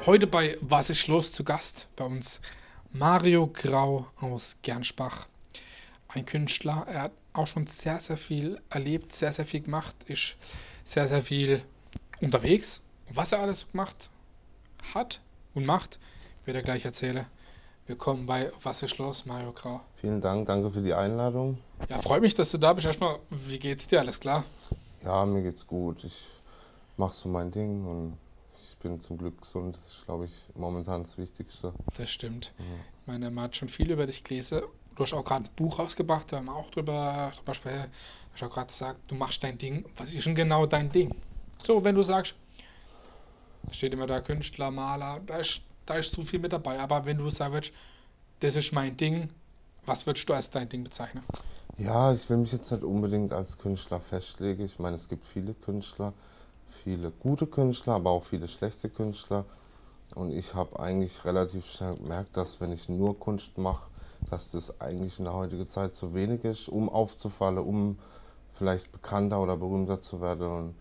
Heute bei Was ist los zu Gast bei uns Mario Grau aus Gernsbach. Ein Künstler, er hat auch schon sehr, sehr viel erlebt, sehr, sehr viel gemacht, ist sehr, sehr viel unterwegs. Was er alles gemacht hat und macht, wird er gleich erzählen. Willkommen bei Was ist los, Mario Grau. Vielen Dank, danke für die Einladung. Ja, freut mich, dass du da bist. Erstmal, wie geht's dir? Alles klar? Ja, mir geht's gut. Ich mache so mein Ding und ich bin zum Glück gesund. Das ist, glaube ich, momentan das Wichtigste. Das stimmt. Ja. Ich meine, man hat schon viel über dich gelesen. Du hast auch gerade ein Buch rausgebracht, da haben wir auch drüber sprechen. Du hast auch gerade gesagt, du machst dein Ding. Was ist denn genau dein Ding? So, wenn du sagst, da steht immer da Künstler, Maler, da ist so viel mit dabei. Aber wenn du sagen würdest, das ist mein Ding, was würdest du als dein Ding bezeichnen? Ja, ich will mich jetzt nicht unbedingt als Künstler festlegen. Ich meine, es gibt viele Künstler, viele gute Künstler, aber auch viele schlechte Künstler. Und ich habe eigentlich relativ schnell gemerkt, dass wenn ich nur Kunst mache, dass das eigentlich in der heutigen Zeit zu wenig ist, um aufzufallen, um vielleicht bekannter oder berühmter zu werden. Und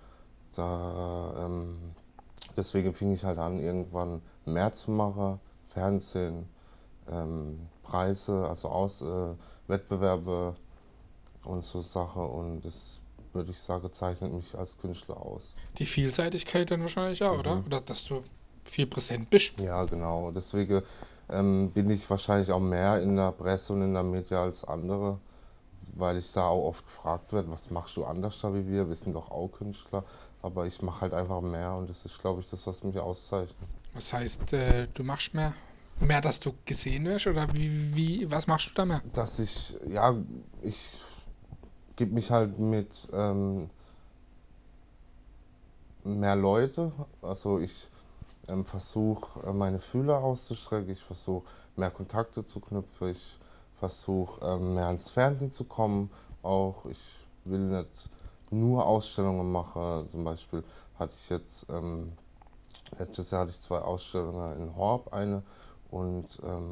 deswegen fing ich halt an, irgendwann mehr zu machen, Fernsehen, Preise, also Wettbewerbe und so Sachen. Und das würde ich sagen, zeichnet mich als Künstler aus. Die Vielseitigkeit dann wahrscheinlich auch, oder? Mhm. Oder dass du viel präsent bist. Ja, genau. Deswegen bin ich wahrscheinlich auch mehr in der Presse und in der Media als andere, weil ich da auch oft gefragt werde, was machst du anders da wie wir? Wir sind doch auch Künstler, aber ich mache halt einfach mehr und das ist, glaube ich, das, was mich auszeichnet. Was heißt, du machst mehr? Mehr, dass du gesehen wirst? Oder was machst du da mehr? Dass ja, ich gebe mich halt mit mehr Leute, also ich versuche meine Fühler auszustrecken, ich versuche mehr Kontakte zu knüpfen, ich versuche mehr ans Fernsehen zu kommen, auch ich will nicht nur Ausstellungen machen, zum Beispiel hatte ich jetzt, letztes Jahr hatte ich zwei Ausstellungen in Horb, eine und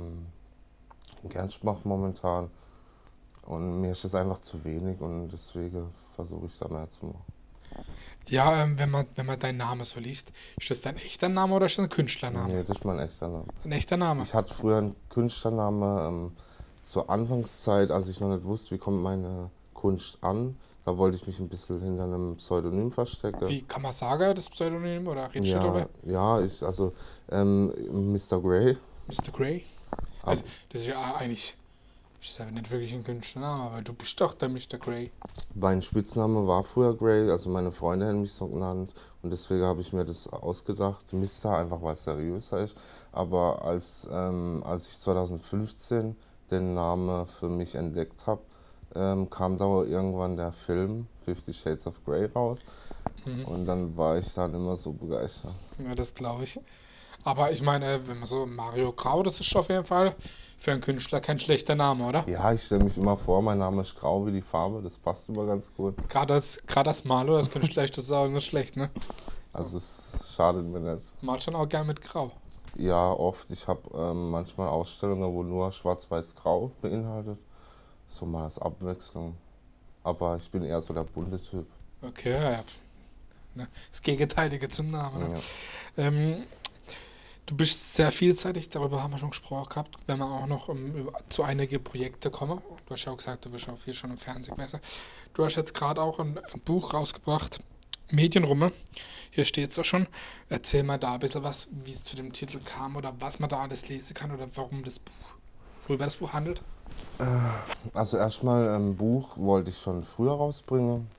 in Gernsbach momentan und mir ist das einfach zu wenig und deswegen versuche ich da mehr zu machen. Ja, wenn man deinen Namen so liest, ist das dein echter Name oder ist das ein Künstlername? Nee, das ist mein echter Name. Ein echter Name. Ich hatte früher einen Künstlernamen zur Anfangszeit, als ich noch nicht wusste, wie kommt meine Kunst an. Da wollte ich mich ein bisschen hinter einem Pseudonym verstecken. Wie kann man sagen, das Pseudonym oder redest du Ja, darüber? ja, also Mr. Grey. Mr. Grey? Ab, Also, das ist ja eigentlich, ist ja nicht wirklich ein Künstlername, aber du bist doch der Mr. Grey. Mein Spitzname war früher Grey, also meine Freunde haben mich so genannt und deswegen habe ich mir das ausgedacht. Mister, einfach weil es seriöser ist. Aber als ich 2015 den Namen für mich entdeckt habe, kam da irgendwann der Film Fifty Shades of Grey raus Mhm. und dann war ich dann immer so begeistert. Ja, das glaube ich. Aber ich meine, wenn man so Mario Grau, das ist auf jeden Fall für einen Künstler kein schlechter Name, oder? Ja, ich stelle mich immer vor, mein Name ist grau wie die Farbe, das passt immer ganz gut. Gerade als Maler, als Künstler ist das auch nicht schlecht, ne? So. Also es schadet mir nicht. Malt schon auch gern mit Grau. Ja, oft. Ich habe manchmal Ausstellungen, wo nur Schwarz-Weiß-Grau beinhaltet. So mal als Abwechslung. Aber ich bin eher so der bunte Typ. Okay, ja. Ne? Das Gegenteilige zum Namen, ne? Ja. Ähm, Du bist sehr vielseitig, darüber haben wir schon gesprochen gehabt, wenn wir auch noch zu einigen Projekten kommen. Du hast ja auch gesagt, du bist auch viel schon im Fernsehen gewesen. Du hast jetzt gerade auch ein Buch rausgebracht, Medienrummel. Hier steht es auch schon. Erzähl mal da ein bisschen was, wie es zu dem Titel kam oder was man da alles lesen kann oder worüber das Buch handelt. Also erstmal ein Buch wollte ich schon früher rausbringen.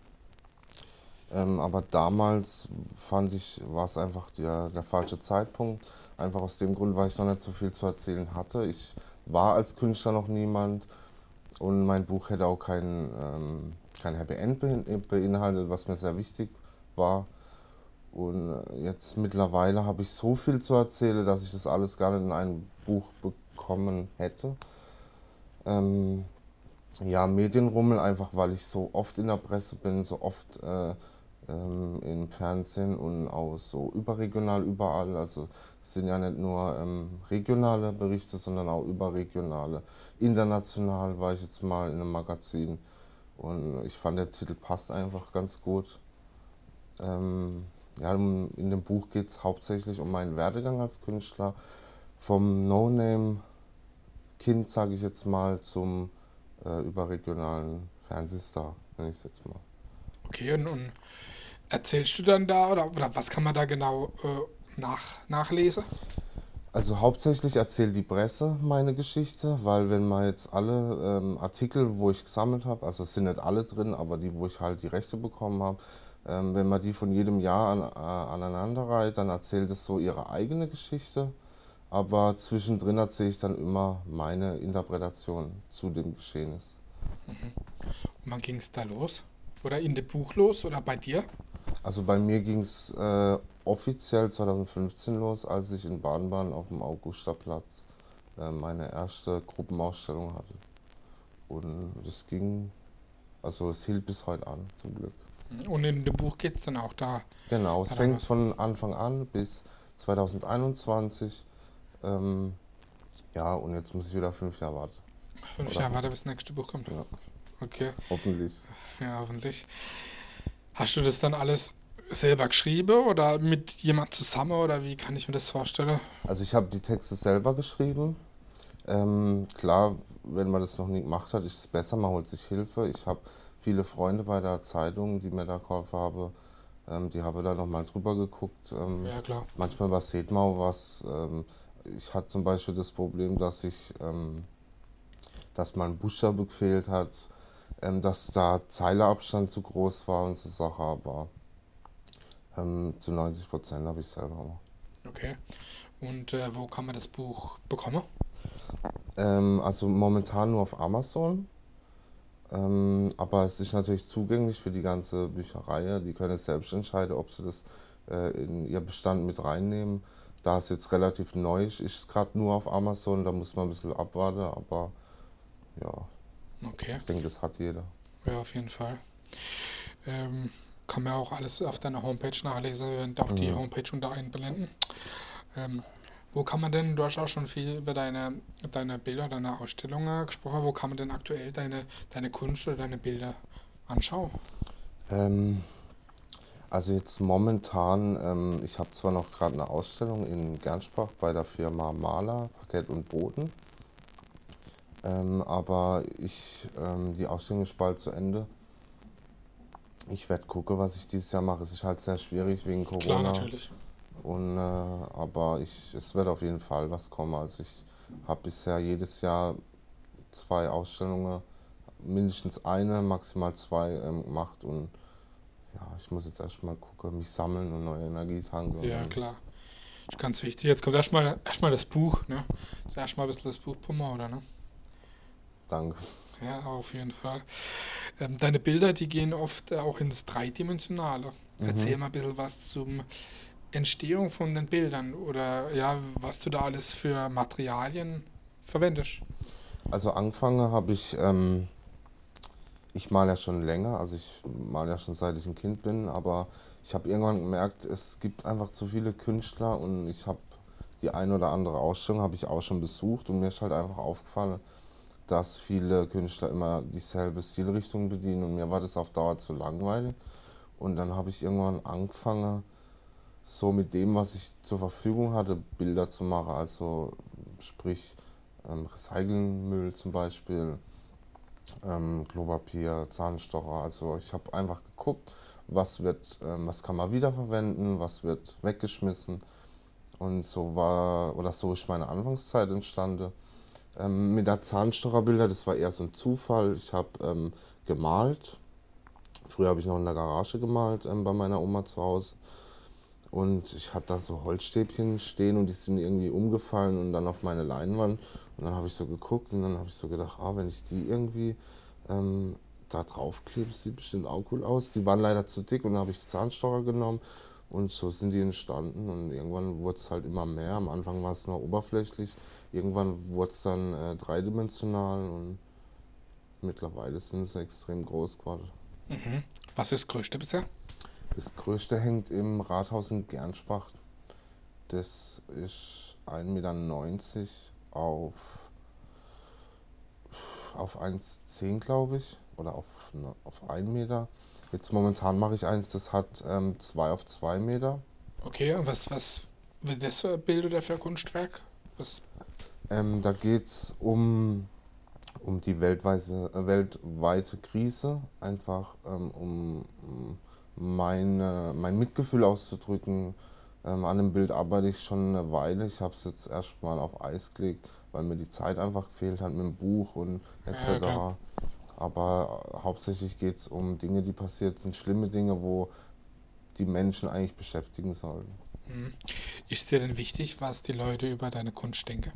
Aber damals fand ich, war es einfach der falsche Zeitpunkt. Einfach aus dem Grund, weil ich noch nicht so viel zu erzählen hatte. Ich war als Künstler noch niemand und mein Buch hätte auch kein Happy End beinhaltet, was mir sehr wichtig war. Und jetzt mittlerweile habe ich so viel zu erzählen, dass ich das alles gar nicht in ein Buch bekommen hätte. Ähm, ja, Medienrummel, einfach weil ich so oft in der Presse bin, so oft im Fernsehen und auch so überregional überall. Also es sind ja nicht nur regionale Berichte, sondern auch überregionale. International war ich jetzt mal in einem Magazin und ich fand der Titel passt einfach ganz gut. Ähm, Ja, in dem Buch geht es hauptsächlich um meinen Werdegang als Künstler. Vom No-Name-Kind, sage ich jetzt mal, zum überregionalen Fernsehstar, nenne ich es jetzt mal. Okay, und erzählst du dann da oder was kann man da genau nachlesen? Also hauptsächlich erzählt die Presse meine Geschichte, weil wenn man jetzt alle Artikel, wo ich gesammelt habe, also es sind nicht alle drin, aber die, wo ich halt die Rechte bekommen habe, wenn man die von jedem Jahr aneinander reiht, dann erzählt es so ihre eigene Geschichte, aber zwischendrin erzähle ich dann immer meine Interpretation zu dem Geschehnis. Mhm. Und wann ging es da los? Oder in dem Buch los oder bei dir? Also bei mir ging es offiziell 2015 los, als ich in Baden-Baden auf dem Augusta-Platz meine erste Gruppenausstellung hatte. Und das ging, also es hielt bis heute an, zum Glück. Und in dem Buch geht es dann auch Genau, es da fängt los. von Anfang an bis 2021. Ähm, ja, und jetzt muss ich wieder 5 Jahre warten. 5 Jahre weiter, bis das nächste Buch kommt. Ja, Okay, hoffentlich. ja, hoffentlich. Hast du das dann alles selber geschrieben oder mit jemand zusammen oder wie kann ich mir das vorstellen? Also ich habe die Texte selber geschrieben. Klar, wenn man das noch nie gemacht hat, ist es besser, man holt sich Hilfe. Ich habe viele Freunde bei der Zeitung, die mir da geholfen haben. Die haben da nochmal drüber geguckt. Ja, klar. Manchmal was sieht man was. Ich hatte zum Beispiel das Problem, dass mein Buchstabe gefehlt hat, dass da Zeileabstand zu groß war und so Sache, aber zu 90% habe ich selber gemacht. Okay. Und wo kann man das Buch bekommen? Also momentan nur auf Amazon. Aber es ist natürlich zugänglich für die ganze Bücherei. Die können selbst entscheiden, ob sie das in ihr Bestand mit reinnehmen. Da es jetzt relativ neu ist, ist es gerade nur auf Amazon, da muss man ein bisschen abwarten, aber ja, Okay, ich denke, das hat jeder. ja, auf jeden Fall. Ähm, kann man auch alles auf deiner Homepage nachlesen, wir werden auch die Mhm. Homepage unter einblenden. Ähm, wo kann man denn, du hast auch schon viel über deine Bilder, deine Ausstellungen gesprochen, wo kann man denn aktuell deine Kunst oder deine Bilder anschauen? Ähm, also jetzt momentan, ich habe zwar noch gerade eine Ausstellung in Gernsbach bei der Firma Maler, Parkett und Boden, aber die Ausstellung ist bald zu Ende. Ich werde gucken, was ich dieses Jahr mache. Es ist halt sehr schwierig wegen Klar, Corona. natürlich. Aber es wird auf jeden Fall was kommen. Also ich habe bisher jedes Jahr 2 Ausstellungen, mindestens eine, maximal zwei gemacht. Und ja, ich muss jetzt erstmal gucken, mich sammeln und neue Energie tanken. Und Ja, dann klar. Ist ganz wichtig. Jetzt kommt erstmal das Buch, ne? Ist erstmal ein bisschen das Buch Pummer, oder ne? danke. Ja, auf jeden Fall. Deine Bilder, die gehen oft auch ins Dreidimensionale. Mhm. Erzähl mal ein bisschen was zum Entstehung von den Bildern oder ja, was du da alles für Materialien verwendest. Also angefangen habe ich male ja schon länger, also ich male ja schon seit ich ein Kind bin, aber ich habe irgendwann gemerkt, es gibt einfach zu viele Künstler und ich habe die ein oder andere Ausstellung habe ich auch schon besucht und mir ist halt einfach aufgefallen, dass viele Künstler immer dieselbe Stilrichtung bedienen und mir war das auf Dauer zu langweilig. Und dann habe ich irgendwann angefangen, so mit dem, was ich zur Verfügung hatte, Bilder zu machen. Also sprich Recyclingmüll zum Beispiel, Klopapier, Zahnstocher. Also ich habe einfach geguckt, was kann man wiederverwenden, was wird weggeschmissen. Und so ist meine Anfangszeit entstanden. Mit der Zahnstocherbilder, das war eher so ein Zufall. Ich habe gemalt. Früher habe ich noch in der Garage gemalt bei meiner Oma zu Hause. Und ich hatte da so Holzstäbchen stehen und die sind irgendwie umgefallen und dann auf meine Leinwand. Und dann habe ich so geguckt und dann habe ich so gedacht, wenn ich die irgendwie ähm, da draufklebe, sieht bestimmt auch cool aus. Die waren leider zu dick und dann habe ich die Zahnstocher genommen und so sind die entstanden. Und irgendwann wurde es halt immer mehr. Am Anfang war es nur oberflächlich, irgendwann wurde es dann dreidimensional und mittlerweile sind sie extrem groß geworden. Mhm. Was ist das Größte bisher? Das größte hängt im Rathaus in Gernsbach. Das ist 1,90 Meter auf 1,10 glaube ich. Oder auf 1 Meter. Jetzt momentan mache ich eins, das hat 2 auf 2 Meter. Okay, und was wird das für ein Bild oder für ein Kunstwerk? Was, Da geht es um die weltweite Krise, einfach mein Mitgefühl auszudrücken. An dem Bild arbeite ich schon eine Weile. Ich habe es jetzt erstmal auf Eis gelegt, weil mir die Zeit einfach gefehlt hat mit dem Buch und ja, klar. etc. Aber hauptsächlich geht es um Dinge, die passiert sind, schlimme Dinge, wo die Menschen eigentlich beschäftigen sollten. Mhm. Ist dir denn wichtig, was die Leute über deine Kunst denken?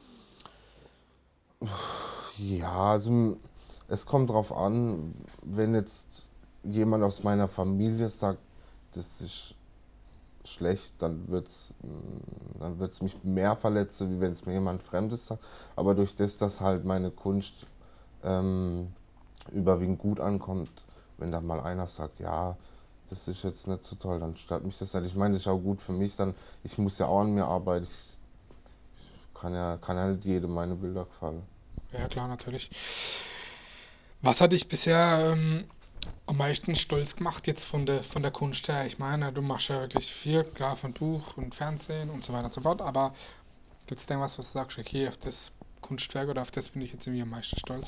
Ja, also es kommt drauf an, wenn jetzt jemand aus meiner Familie sagt, das ist schlecht, dann wird's mich mehr verletzen, wie wenn es mir jemand Fremdes sagt. Aber durch das, dass halt meine Kunst ähm, überwiegend gut ankommt, wenn da mal einer sagt, ja, das ist jetzt nicht so toll, dann stört mich das nicht. Ich meine, das ist auch gut für mich, dann, ich muss ja auch an mir arbeiten. Kann ja nicht jedem meine Bilder gefallen. Ja, klar, natürlich. Was hat dich bisher am meisten stolz gemacht jetzt von der Kunst her? Ich meine, du machst ja wirklich viel, klar, von Buch und Fernsehen und so weiter und so fort, aber gibt es denn was, was du sagst, okay, auf das Kunstwerk oder auf das bin ich jetzt irgendwie am meisten stolz?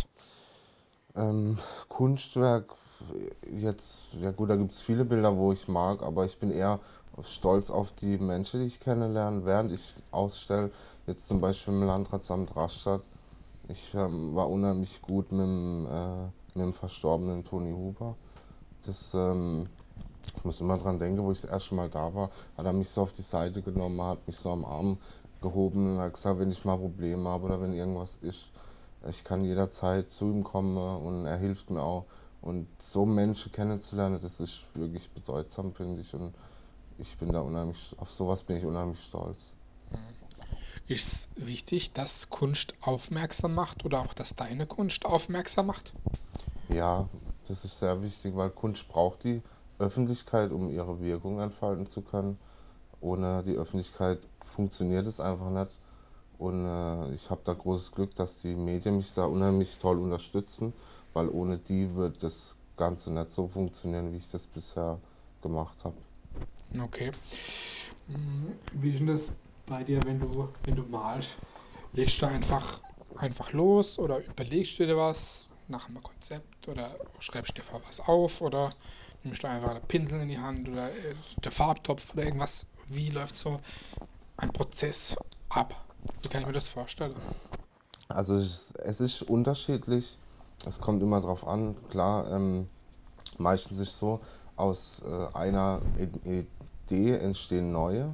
Kunstwerk, jetzt, ja gut, da gibt es viele Bilder, wo ich mag, aber ich bin eher stolz auf die Menschen, die ich kennenlerne, während ich ausstelle. Jetzt zum Beispiel im Landratsamt Rastatt. Ich war unheimlich gut mit dem verstorbenen Toni Huber. Das, ich muss immer dran denken, wo ich das erste Mal da war, hat er mich so auf die Seite genommen, hat mich so am Arm gehoben und hat gesagt, wenn ich mal Probleme habe oder wenn irgendwas ist, ich kann jederzeit zu ihm kommen und er hilft mir auch. Und so Menschen kennenzulernen, das ist wirklich bedeutsam, finde ich. Und ich bin da unheimlich, auf sowas bin ich unheimlich stolz. Ist es wichtig, dass Kunst aufmerksam macht oder auch, dass deine Kunst aufmerksam macht? Ja, das ist sehr wichtig, weil Kunst braucht die Öffentlichkeit, um ihre Wirkung entfalten zu können. Ohne die Öffentlichkeit funktioniert es einfach nicht. Und ich habe da großes Glück, dass die Medien mich da unheimlich toll unterstützen, weil ohne die wird das Ganze nicht so funktionieren, wie ich das bisher gemacht habe. Okay. Wie ist denn das bei dir, wenn du malst? Legst du einfach los oder überlegst du dir was nach einem Konzept oder schreibst dir vor was auf oder nimmst du einfach einen Pinsel in die Hand oder der Farbtopf oder irgendwas? Wie läuft so ein Prozess ab? Wie kann ich mir das vorstellen? Also es ist unterschiedlich, es kommt immer drauf an. Klar, meistens ist es so, aus einer Idee entstehen neue.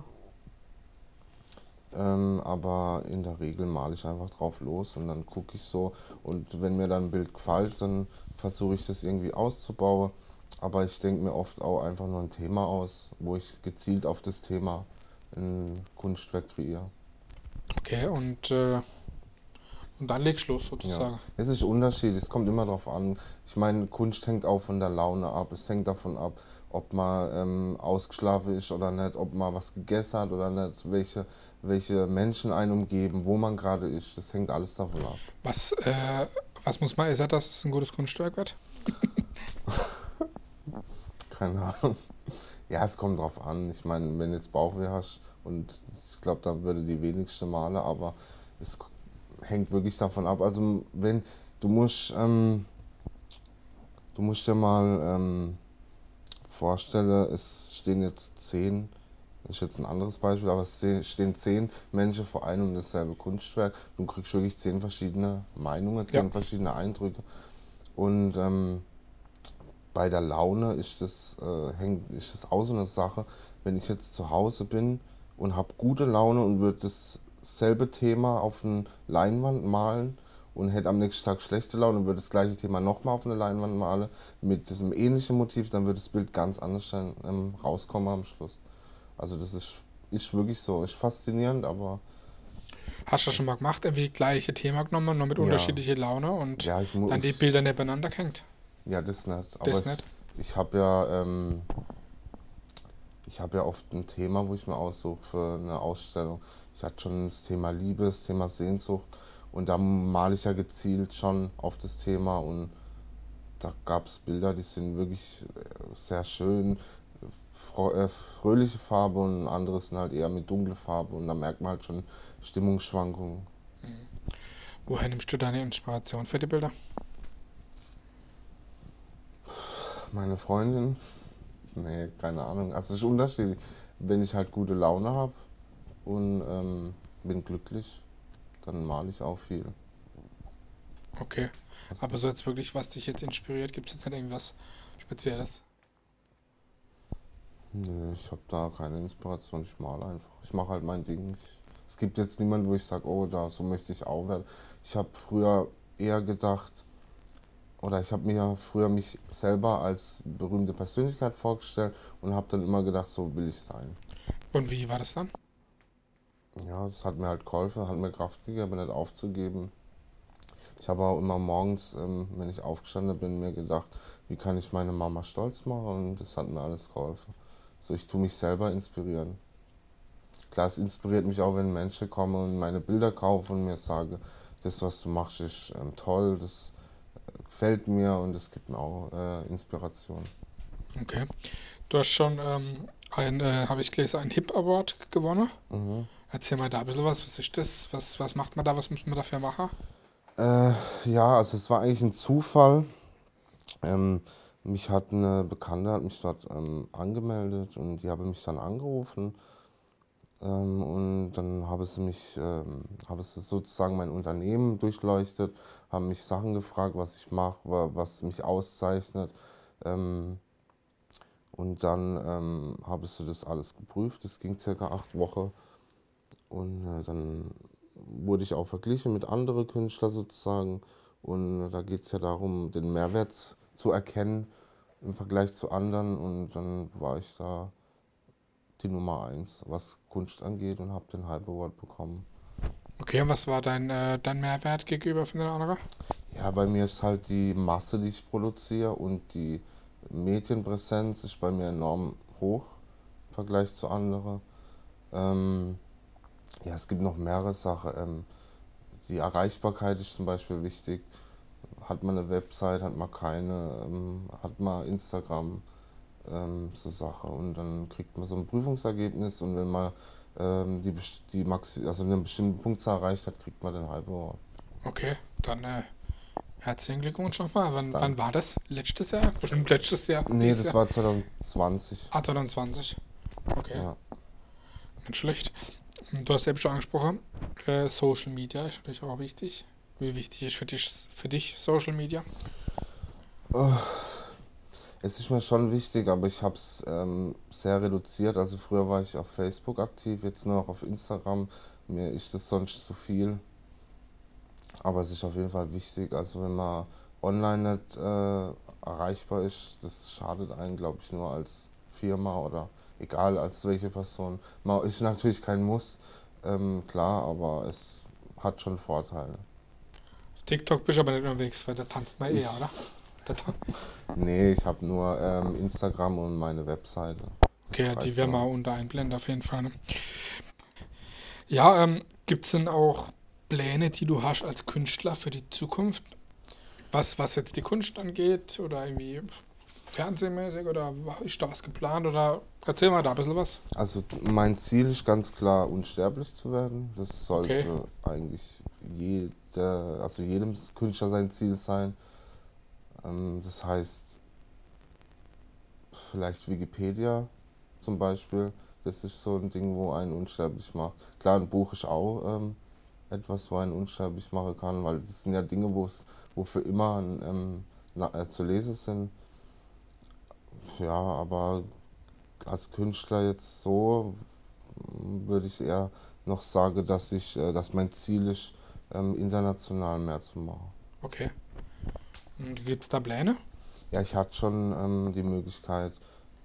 Aber in der Regel male ich einfach drauf los und dann gucke ich so. Und wenn mir dann ein Bild gefällt, dann versuche ich das irgendwie auszubauen. Aber ich denke mir oft auch einfach nur ein Thema aus, wo ich gezielt auf das Thema ein Kunstwerk kreiere. Okay, und dann legst du los Ja, sozusagen. es ist unterschiedlich, es kommt immer darauf an. Ich meine, Kunst hängt auch von der Laune ab. Es hängt davon ab, ob man ausgeschlafen ist oder nicht, ob man was gegessen hat oder nicht, welche Menschen einen umgeben, wo man gerade ist. Das hängt alles davon ab. Was, äh, was muss man essen, dass es ein gutes Kunstwerk wird? Keine Ahnung. Ja, es kommt drauf an. Ich meine, wenn du jetzt Bauchweh hast und ich glaube, da würde die wenigste male, aber es hängt wirklich davon ab. Also wenn du musst, du musst dir mal vorstellen, es stehen jetzt 10, das ist jetzt ein anderes Beispiel, aber stehen 10 Menschen vor einem und dasselbe Kunstwerk. Du kriegst wirklich 10 verschiedene Meinungen, Ja. 10 verschiedene Eindrücke. Und bei der Laune ist das auch so eine Sache. Wenn ich jetzt zu Hause bin und habe gute Laune und würde dasselbe Thema auf eine Leinwand malen und hätte am nächsten Tag schlechte Laune und würde das gleiche Thema nochmal auf eine Leinwand malen mit einem ähnlichen Motiv, dann wird das Bild ganz anders dann, rauskommen am Schluss. Also das ist wirklich so, ist faszinierend, aber Hast du das schon mal gemacht? Irgendwie gleiche Thema genommen, nur mit ja, unterschiedlicher Laune und ja, dann die Bilder nebeneinander gehängt? ja, das nicht. Aber Das nicht? ich habe ja oft ein Thema, wo ich mir aussuche für eine Ausstellung. Ich hatte schon das Thema Liebe, das Thema Sehnsucht und da male ich ja gezielt schon auf das Thema und da gab es Bilder, die sind wirklich sehr schön, fröhliche Farbe und andere sind halt eher mit dunkler Farbe und da merkt man halt schon Stimmungsschwankungen. Mhm. Woher nimmst du deine Inspiration für die Bilder? Meine Freundin, nee, keine Ahnung, also es ist unterschiedlich. Wenn ich halt gute Laune habe und bin glücklich, dann male ich auch viel. Okay. Also, Aber so jetzt wirklich, was dich jetzt inspiriert, gibt es jetzt nicht irgendwas Spezielles? nö, ich habe da keine Inspiration, ich male einfach. Ich mache halt mein Ding. Es gibt jetzt niemanden, wo ich sage, oh, da so möchte ich auch werden. Ich habe früher eher gedacht, oder ich habe mir früher mich selber als berühmte Persönlichkeit vorgestellt und habe dann immer gedacht, so will ich sein. Und wie war das dann? Ja, das hat mir halt geholfen, hat mir Kraft gegeben, nicht aufzugeben. Ich habe auch immer morgens, wenn ich aufgestanden bin, mir gedacht, wie kann ich meine Mama stolz machen und das hat mir alles geholfen. So, ich tue mich selber inspirieren. Klar, es inspiriert mich auch, wenn Menschen kommen und meine Bilder kaufen und mir sagen, das, was du machst, ist toll, das gefällt mir und das gibt mir auch Inspiration. Okay. Du hast schon habe ich gelesen, einen Hip Award gewonnen. Mhm. Erzähl mal da ein bisschen was. Was ist das? Was macht man da? Was muss man dafür machen? Äh, ja, also es war eigentlich ein Zufall. Ähm, mich hat eine Bekannte hat mich dort angemeldet und die habe mich dann angerufen und dann habe sie sozusagen mein Unternehmen durchleuchtet, haben mich Sachen gefragt, was ich mache, was mich auszeichnet und dann habe sie das alles geprüft. Das ging circa 8 Wochen und dann wurde ich auch verglichen mit anderen Künstlern sozusagen und da geht es ja darum, den Mehrwert zu erkennen im Vergleich zu anderen und dann war ich da die Nummer eins, was Kunst angeht und habe den Hype Award bekommen. Okay, und was war dein Mehrwert gegenüber von den anderen? Ja, bei mir ist halt die Masse, die ich produziere und die Medienpräsenz ist bei mir enorm hoch im Vergleich zu anderen. Ähm, ja, es gibt noch mehrere Sachen. Die Erreichbarkeit ist zum Beispiel wichtig. Hat man eine Website, hat man keine, hat man Instagram, so Sache. Und dann kriegt man so ein Prüfungsergebnis und wenn man also einen bestimmten Punktzahl erreicht hat, kriegt man den Hype Award. Okay, dann herzlichen Glückwunsch nochmal. Wann Danke. war das? Letztes Jahr? Bestimmt letztes Jahr, Nee, dieses das Jahr. war 2020. 2020. Okay, Ja. nicht schlecht. Du hast eben schon angesprochen, Social Media ist natürlich auch wichtig. Wie wichtig ist für dich Social Media? Oh, es ist mir schon wichtig, aber ich habe es sehr reduziert. Also früher war ich auf Facebook aktiv, jetzt nur noch auf Instagram. Mir ist das sonst zu viel. Aber es ist auf jeden Fall wichtig. Also wenn man online nicht erreichbar ist, das schadet einen, glaube ich, nur als Firma oder egal als welche Person. Man ist natürlich kein Muss, klar, aber es hat schon Vorteile. Auf TikTok bist du aber nicht unterwegs, weil da tanzt man eher, Ich, oder? Da ta- nee, ich habe nur Instagram und meine Webseite. Okay, Das ja, die reicht werden mir wir auch. auch unter einblenden auf jeden Fall. Ne? Ja, gibt es denn auch Pläne, die du hast als Künstler für die Zukunft? Was jetzt die Kunst angeht oder irgendwie fernsehmäßig oder ist da was geplant oder erzähl mal da ein bisschen was. Also mein Ziel ist ganz klar, unsterblich zu werden. Das Okay, sollte eigentlich also jedem Künstler sein Ziel sein. Das heißt, vielleicht Wikipedia zum Beispiel, das ist so ein Ding, wo einen unsterblich macht. Klar, ein Buch ist auch etwas, wo einen unsterblich machen kann, weil das sind ja Dinge, wo für immer zu lesen sind. Ja, aber als Künstler jetzt so würde ich eher noch sagen, dass mein Ziel ist, international mehr zu machen. okay. Und gibt es da Pläne? Ja, ich hatte schon die Möglichkeit,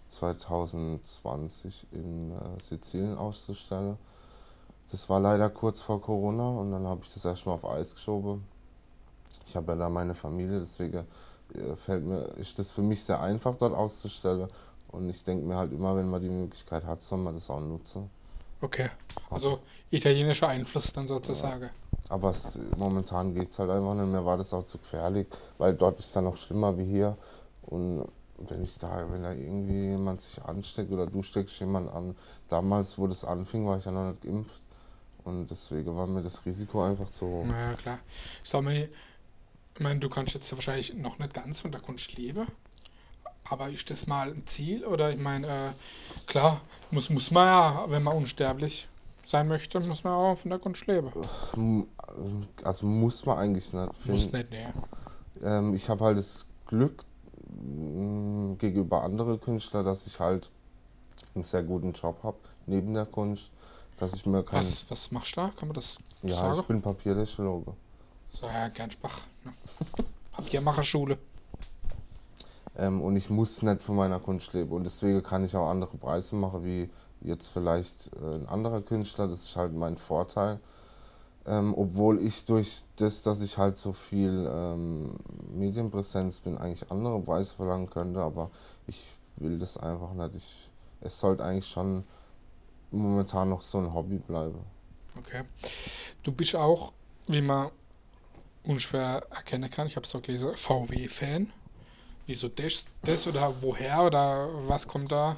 2020 in Sizilien auszustellen. Das war leider kurz vor Corona und dann habe ich das erstmal auf Eis geschoben. Ich habe ja da meine Familie, deswegen ist das für mich sehr einfach, dort auszustellen. Und ich denke mir halt immer, wenn man die Möglichkeit hat, soll man das auch nutzen. Okay, Also, also italienischer Einfluss dann ja. sozusagen. Aber momentan geht es halt einfach nicht. Mir war das auch zu gefährlich, weil dort ist es dann noch schlimmer wie hier. Und wenn da irgendwie jemand sich ansteckt oder du steckst jemanden an, damals, wo das anfing, war ich ja noch nicht geimpft. Und deswegen war mir das Risiko einfach zu hoch. Naja, klar. Sag mal, ich meine, du kannst jetzt ja wahrscheinlich noch nicht ganz von der Kunst leben, aber ist das mal ein Ziel? Oder ich meine, klar, muss man ja, wenn man unsterblich sein möchte, muss man auch von der Kunst leben. Also muss man eigentlich nicht Muss finden. nicht, ne. Ich habe halt das Glück gegenüber anderen Künstlern, dass ich halt einen sehr guten Job habe neben der Kunst, dass ich mir kein... Was machst du da? Kann man das Ja, sagen? ich bin Papiertechnologe. So, ja, Gernsbach. Ne? Papiermacherschule. Und ich muss nicht von meiner Kunst leben. Und deswegen kann ich auch andere Preise machen, wie jetzt vielleicht ein anderer Künstler. Das ist halt mein Vorteil. Obwohl ich durch das, dass ich halt so viel Medienpräsenz bin, eigentlich andere Preise verlangen könnte. Aber ich will das einfach nicht. Es sollte eigentlich schon momentan noch so ein Hobby bleiben. Okay. Du bist auch, wie man unschwer erkennen kann, ich habe es auch gelesen, VW-Fan. Wieso das oder woher oder was kommt da?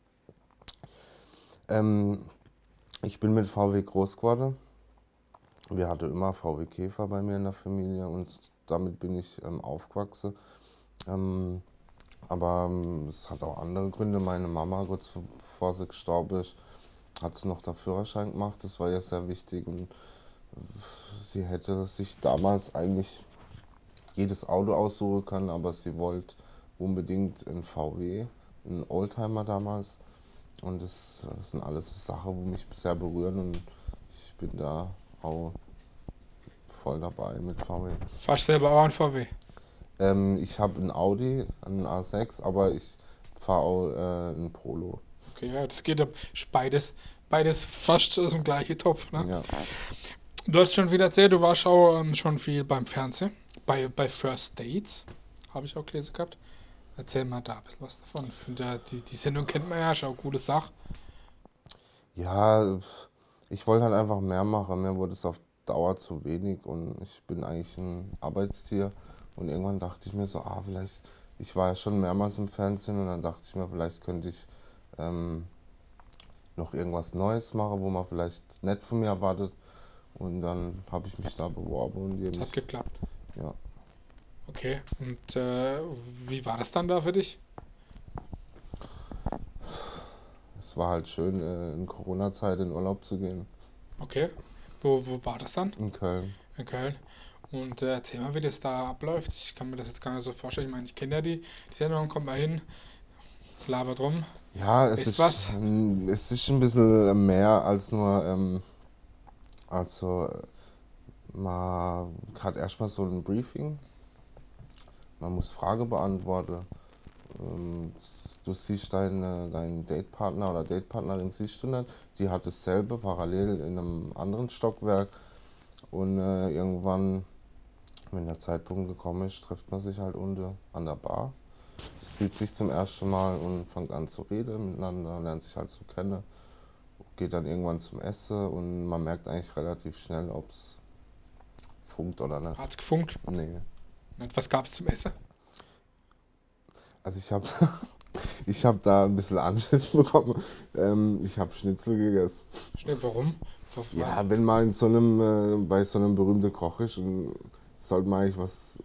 Ähm, Ich bin mit VW groß geworden. Wir hatten immer VW Käfer bei mir in der Familie und damit bin ich aufgewachsen. Ähm, aber es hat auch andere Gründe. Meine Mama, kurz bevor sie gestorben ist, hat sie noch den Führerschein gemacht. Das war ja sehr wichtig und sie hätte sich damals eigentlich jedes Auto aussuchen können, aber sie wollte unbedingt einen VW, einen Oldtimer damals. Und das sind alles so Sachen, die mich sehr berühren und ich bin da auch voll dabei mit VW. Fahrst selber auch ein VW? Ich habe einen Audi, einen A6, aber ich fahre auch einen Polo. Okay, ja, das geht beides fast aus dem gleichen Topf. Ne? Ja. Du hast schon wieder erzählt, du warst auch schon viel beim Fernsehen, bei First Dates, habe ich auch gelesen gehabt. Erzähl mal da ein bisschen was davon. Ich finde, die Sendung kennt man ja, ist auch eine coole Sache. Ja, ich wollte halt einfach mehr machen. Mir wurde es auf Dauer zu wenig und ich bin eigentlich ein Arbeitstier. Und irgendwann dachte ich mir so, vielleicht, ich war ja schon mehrmals im Fernsehen und dann dachte ich mir, vielleicht könnte ich ähm, noch irgendwas Neues machen, wo man vielleicht nicht von mir erwartet. Und dann habe ich mich da beworben und die Das haben hat mich, geklappt. ja. Okay, und wie war das dann da für dich? Es war halt schön, in Corona-Zeit in Urlaub zu gehen. Okay, wo war das dann? In Köln. In Köln. Und erzähl mal, wie das da abläuft. Ich kann mir das jetzt gar nicht so vorstellen. Ich meine, ich kenne ja die Sendung, kommt mal hin, labert rum. Ja, Ist was? es ist ein bisschen mehr als nur, also man hat erstmal so ein Briefing, man muss Fragen beantworten. Du siehst deinen Datepartner oder Datepartnerin siehst du nicht, die hat dasselbe parallel in einem anderen Stockwerk und irgendwann, wenn der Zeitpunkt gekommen ist, trifft man sich halt unten an der Bar, sieht sich zum ersten Mal und fängt an zu reden miteinander, lernt sich halt so kennen, geht dann irgendwann zum Essen und man merkt eigentlich relativ schnell, ob es funkt oder nicht. Hat's gefunkt? Nee. Und was gab's zum Essen? Also ich hab da ein bisschen Anschiss bekommen. Ich habe Schnitzel gegessen. Stimmt, warum? Ja, wenn man in so einem, bei so einem berühmten Koch ist, sollte man eigentlich was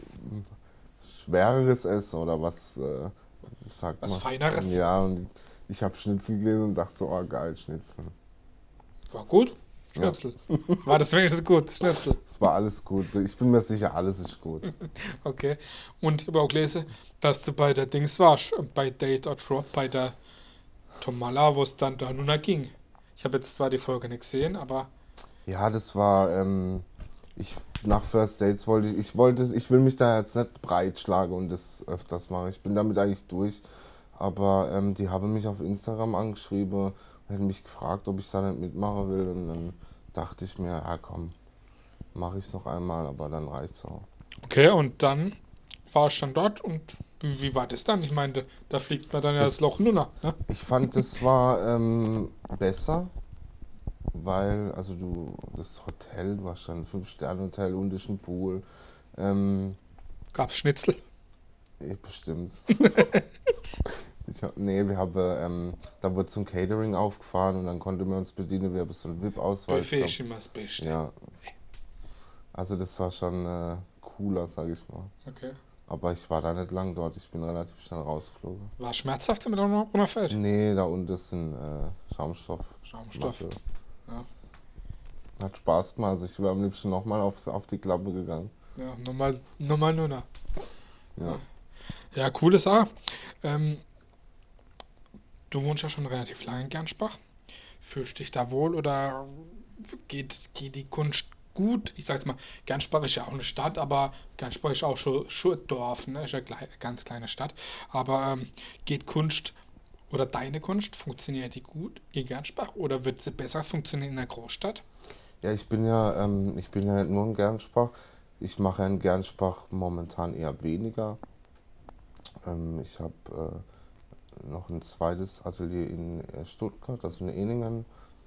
Schwereres essen oder was, sagt Was man? Feineres? Ja, und ich habe Schnitzel gelesen und dachte so, oh geil, Schnitzel. War gut? Schnitzel. War das wenigstens gut? Schnitzel. Es war alles gut. Ich bin mir sicher, alles ist gut. Okay. Und ich habe auch gelesen, dass du bei der Dings warst, bei Date or Drop, bei der Tomala, wo es dann da nun ging. Ich habe jetzt zwar die Folge nicht gesehen, aber Ja, das war, nach First Dates ich will mich da jetzt nicht breitschlagen und das öfters machen. Ich bin damit eigentlich durch. Aber die haben mich auf Instagram angeschrieben und hätten mich gefragt, ob ich da nicht mitmachen will. Und dann dachte ich mir, ja komm, mache ich es noch einmal, aber dann reicht's auch. okay, und dann war ich dann dort und wie war das dann? Ich meine, da fliegt man dann ja das Loch runter, ne? Ich fand, das war besser, weil, also das Hotel, du hast dann ein 5-Sterne-Hotel und ist ein Pool. Gab's Schnitzel? Bestimmt. Wir haben, da wurde zum Catering aufgefahren und dann konnten wir uns bedienen. Wir haben so einen VIP-Ausweis. Buffet ist immer das Beste. Ja. Also das war schon cooler, sag ich mal. Okay. Aber ich war da nicht lang dort, ich bin relativ schnell rausgeflogen. War schmerzhaft mit einem Runterfeld? Nee, da unten ist ein Schaumstoff. Schaumstoff. Masse. Ja. Hat Spaß gemacht, also ich wäre am liebsten nochmal auf die Klappe gegangen. Ja, nochmal nur noch. Ja. Ja, coole Sache. Du wohnst ja schon relativ lange in Gernsbach. Fühlst dich da wohl oder geht die Kunst gut? Ich sag jetzt mal, Gernsbach ist ja auch eine Stadt, aber Gernsbach ist auch schon ein Dorf, ne? Ist ja eine ganz kleine Stadt. Aber geht Kunst oder deine Kunst, funktioniert die gut in Gernsbach oder wird sie besser funktionieren in der Großstadt? Ja, ich bin ja nicht nur in Gernsbach. Ich mache ja in Gernsbach momentan eher weniger. Ich habe noch ein zweites Atelier in Stuttgart, also in Ehningen.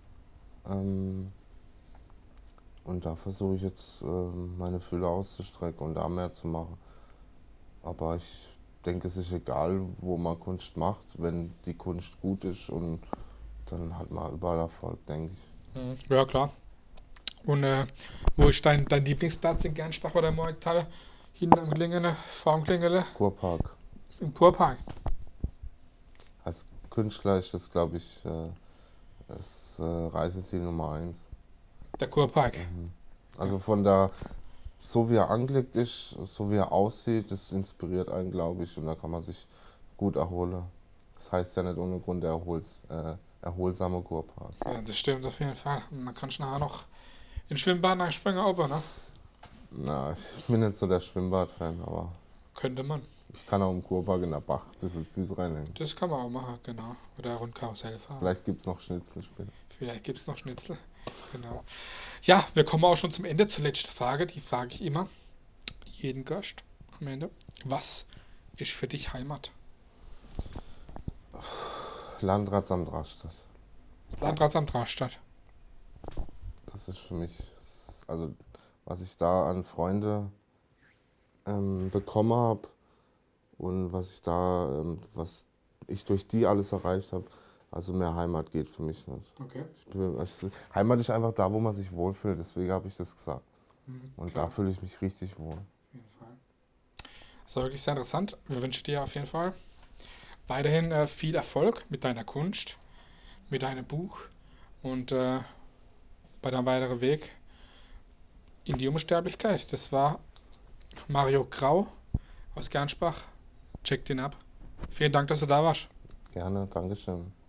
Und da versuche ich jetzt meine Fühler auszustrecken und da mehr zu machen. Aber ich denke, es ist egal, wo man Kunst macht, wenn die Kunst gut ist und dann hat man überall Erfolg, denke ich. Ja, klar. Und wo ist dein Lieblingsplatz in Gernsbach oder Morgenthaler? Hinten am Klingele, vor dem Klingele? Kurpark. Im Kurpark. Als Künstler ist das, glaube ich, das Reiseziel Nummer 1. Der Kurpark. Also so wie er angelegt ist, so wie er aussieht, das inspiriert einen, glaube ich, und da kann man sich gut erholen. Das heißt ja nicht ohne Grund der erholsame Kurpark. Ja, das stimmt auf jeden Fall. Und dann kannst du nachher noch in Schwimmbad springen, aber, ne? Na, ich bin nicht so der Schwimmbad-Fan, aber Könnte man. ich kann auch im Kurpark in der Bach ein bisschen Füße reinlegen. Das kann man auch machen, genau. Oder Rundkarussell fahren. Vielleicht gibt es noch Schnitzel später. Vielleicht gibt es noch Schnitzel. Genau. Ja, wir kommen auch schon zum Ende, zur letzten Frage. Die frage ich immer jeden Gast am Ende. Was ist für dich Heimat? Landratsamt Rastatt. Landratsamt Rastatt. Das ist für mich, also was ich da an Freunde bekommen habe und was ich durch die alles erreicht habe, also mehr Heimat geht für mich nicht. Okay. Heimat ist einfach da, wo man sich wohlfühlt, deswegen habe ich das gesagt. Und klar. da fühle ich mich richtig wohl. Auf jeden Fall. Das war wirklich sehr interessant. Wir wünschen dir auf jeden Fall weiterhin viel Erfolg mit deiner Kunst, mit deinem Buch und bei deinem weiteren Weg in die Unsterblichkeit. Das war Mario Grau aus Gernsbach. Checkt ihn ab. Vielen Dank, dass du da warst. Gerne, Dankeschön.